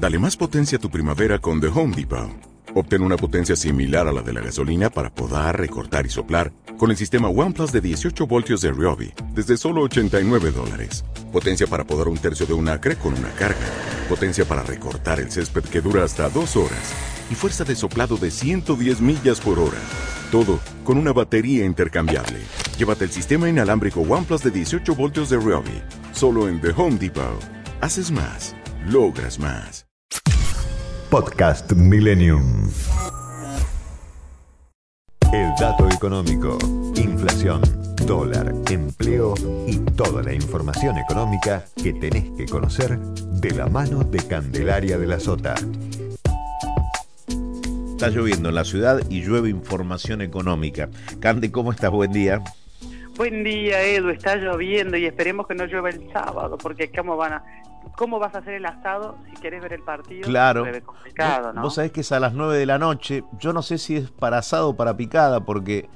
Dale más potencia a tu primavera con The Home Depot. Obtén una potencia similar a la de la gasolina para podar, recortar y soplar con el sistema OnePlus de 18 voltios de Ryobi desde solo $89. Potencia para podar un tercio de un acre con una carga. Potencia para recortar el césped que dura hasta 2 horas. Y fuerza de soplado de 110 millas por hora. Todo con una batería intercambiable. Llévate el sistema inalámbrico OnePlus de 18 voltios de Ryobi. Solo en The Home Depot. Haces más. Logras más. Podcast Millennium. El dato económico, inflación, dólar, empleo y toda la información económica que tenés que conocer de la mano de Candelaria de la Sota. Está lloviendo en la ciudad y llueve información económica. Cande, ¿cómo estás? Buen día. Buen día, Edu. Está lloviendo y esperemos que no llueva el sábado, porque ¿cómo vas a hacer el asado si querés ver el partido? Claro. Es complicado, ¿no? Vos sabés que es a las 9 de la noche. Yo no sé si es para asado o para picada, porque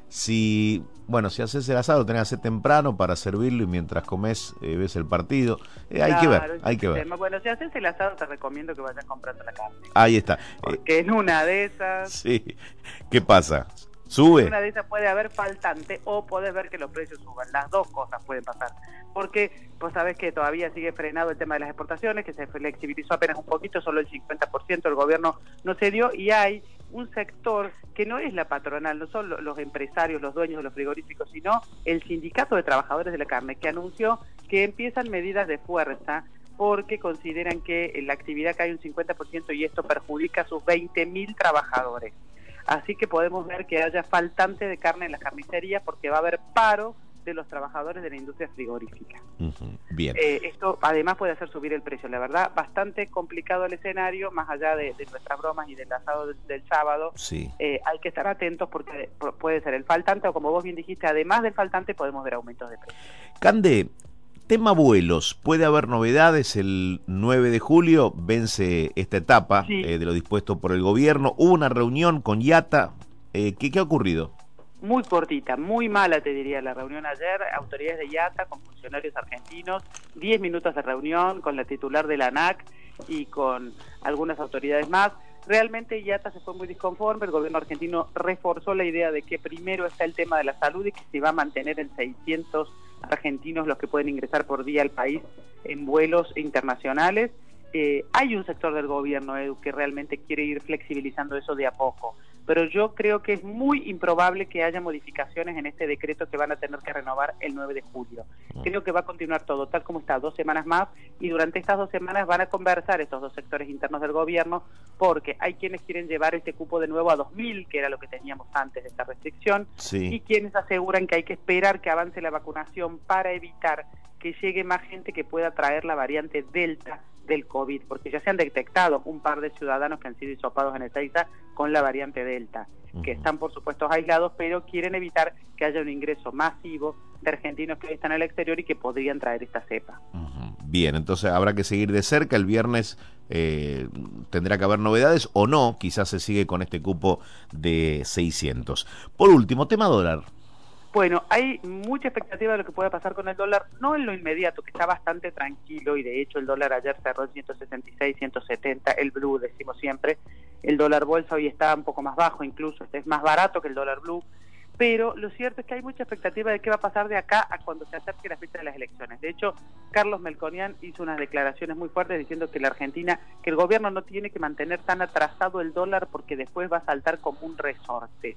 si haces el asado, tenés que hacer temprano para servirlo y mientras comés ves el partido. Hay que ver. Bueno, si haces el asado te recomiendo que vayas comprando la carne. Ahí está. Porque en una de esas... Sí. ¿Ququé pasa? ¿Sube? En una de esas puede haber faltante o podés ver que los precios suban. Las dos cosas pueden pasar. Porque vos sabés que todavía sigue frenado el tema de las exportaciones, que se flexibilizó apenas un poquito, solo el 50%, el gobierno no cedió, y hay un sector que no es la patronal, no son los empresarios, los dueños de los frigoríficos, sino el sindicato de trabajadores de la carne, que anunció que empiezan medidas de fuerza porque consideran que la actividad cae un 50% y esto perjudica a sus 20.000 trabajadores. Así que podemos ver que haya faltante de carne en las carnicerías porque va a haber paro de los trabajadores de la industria frigorífica. Bien. Esto además puede hacer subir el precio. La verdad, bastante complicado el escenario, más allá de nuestras bromas y del asado del sábado. Sí. Hay que estar atentos porque puede ser el faltante o, como vos bien dijiste, además del faltante podemos ver aumentos de precio. Cande, tema vuelos. ¿Puede haber novedades? El 9 de julio vence esta etapa de lo dispuesto por el gobierno. Hubo una reunión con IATA. ¿Qué ha ocurrido? Muy cortita, muy mala te diría la reunión ayer, autoridades de IATA con funcionarios argentinos, 10 minutos de reunión con la titular de la ANAC y con algunas autoridades más. Realmente IATA se fue muy disconforme, el gobierno argentino reforzó la idea de que primero está el tema de la salud y que se va a mantener en 600 argentinos los que pueden ingresar por día al país en vuelos internacionales. Hay un sector del gobierno, Edu, que realmente quiere ir flexibilizando eso de a poco, pero yo creo que es muy improbable que haya modificaciones en este decreto que van a tener que renovar el 9 de julio. Creo que va a continuar todo tal como está, 2 semanas más, y durante estas 2 semanas van a conversar estos dos sectores internos del gobierno, porque hay quienes quieren llevar este cupo de nuevo a 2.000, que era lo que teníamos antes de esta restricción, y quienes aseguran que hay que esperar que avance la vacunación para evitar que llegue más gente que pueda traer la variante Delta del COVID, porque ya se han detectado un par de ciudadanos que han sido hisopados en Ezeiza con la variante Delta, que están por supuesto aislados, pero quieren evitar que haya un ingreso masivo de argentinos que están en el exterior y que podrían traer esta cepa. Bien, entonces habrá que seguir de cerca. El viernes tendrá que haber novedades o no, quizás se sigue con este cupo de 600. Por último, tema dólar. Bueno, hay mucha expectativa de lo que pueda pasar con el dólar, no en lo inmediato, que está bastante tranquilo, y de hecho el dólar ayer cerró en 166, 170, el blue, decimos siempre. El dólar bolsa hoy está un poco más bajo, incluso es más barato que el dólar blue, pero lo cierto es que hay mucha expectativa de qué va a pasar de acá a cuando se acerque la fecha de las elecciones. De hecho, Carlos Melconian hizo unas declaraciones muy fuertes diciendo que la Argentina, que el gobierno no tiene que mantener tan atrasado el dólar porque después va a saltar como un resorte.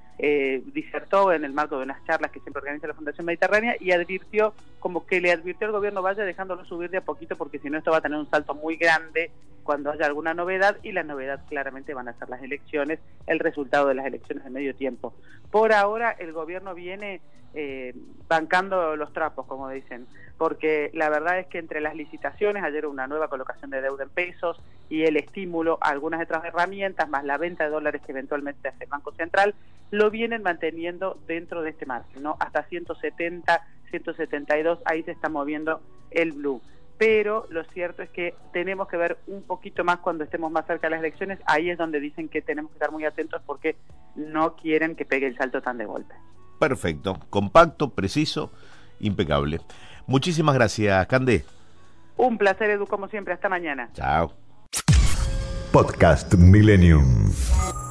Disertó en el marco de unas charlas que siempre organiza la Fundación Mediterránea y advirtió, como que le advirtió al gobierno, vaya dejándolo subir de a poquito porque si no esto va a tener un salto muy grande cuando haya alguna novedad, y la novedad claramente van a ser las elecciones, el resultado de las elecciones de medio tiempo. Por ahora el gobierno viene bancando los trapos, como dicen, porque la verdad es que entre las licitaciones, ayer una nueva colocación de deuda en pesos y el estímulo a algunas otras herramientas, más la venta de dólares que eventualmente hace el Banco Central, lo vienen manteniendo dentro de este margen, ¿no? Hasta 170, 172, ahí se está moviendo el blue. Pero lo cierto es que tenemos que ver un poquito más cuando estemos más cerca de las elecciones. Ahí es donde dicen que tenemos que estar muy atentos porque no quieren que pegue el salto tan de golpe. Perfecto, compacto, preciso, impecable. Muchísimas gracias, Candé. Un placer, Edu, como siempre. Hasta mañana. Chao. Podcast Millennium.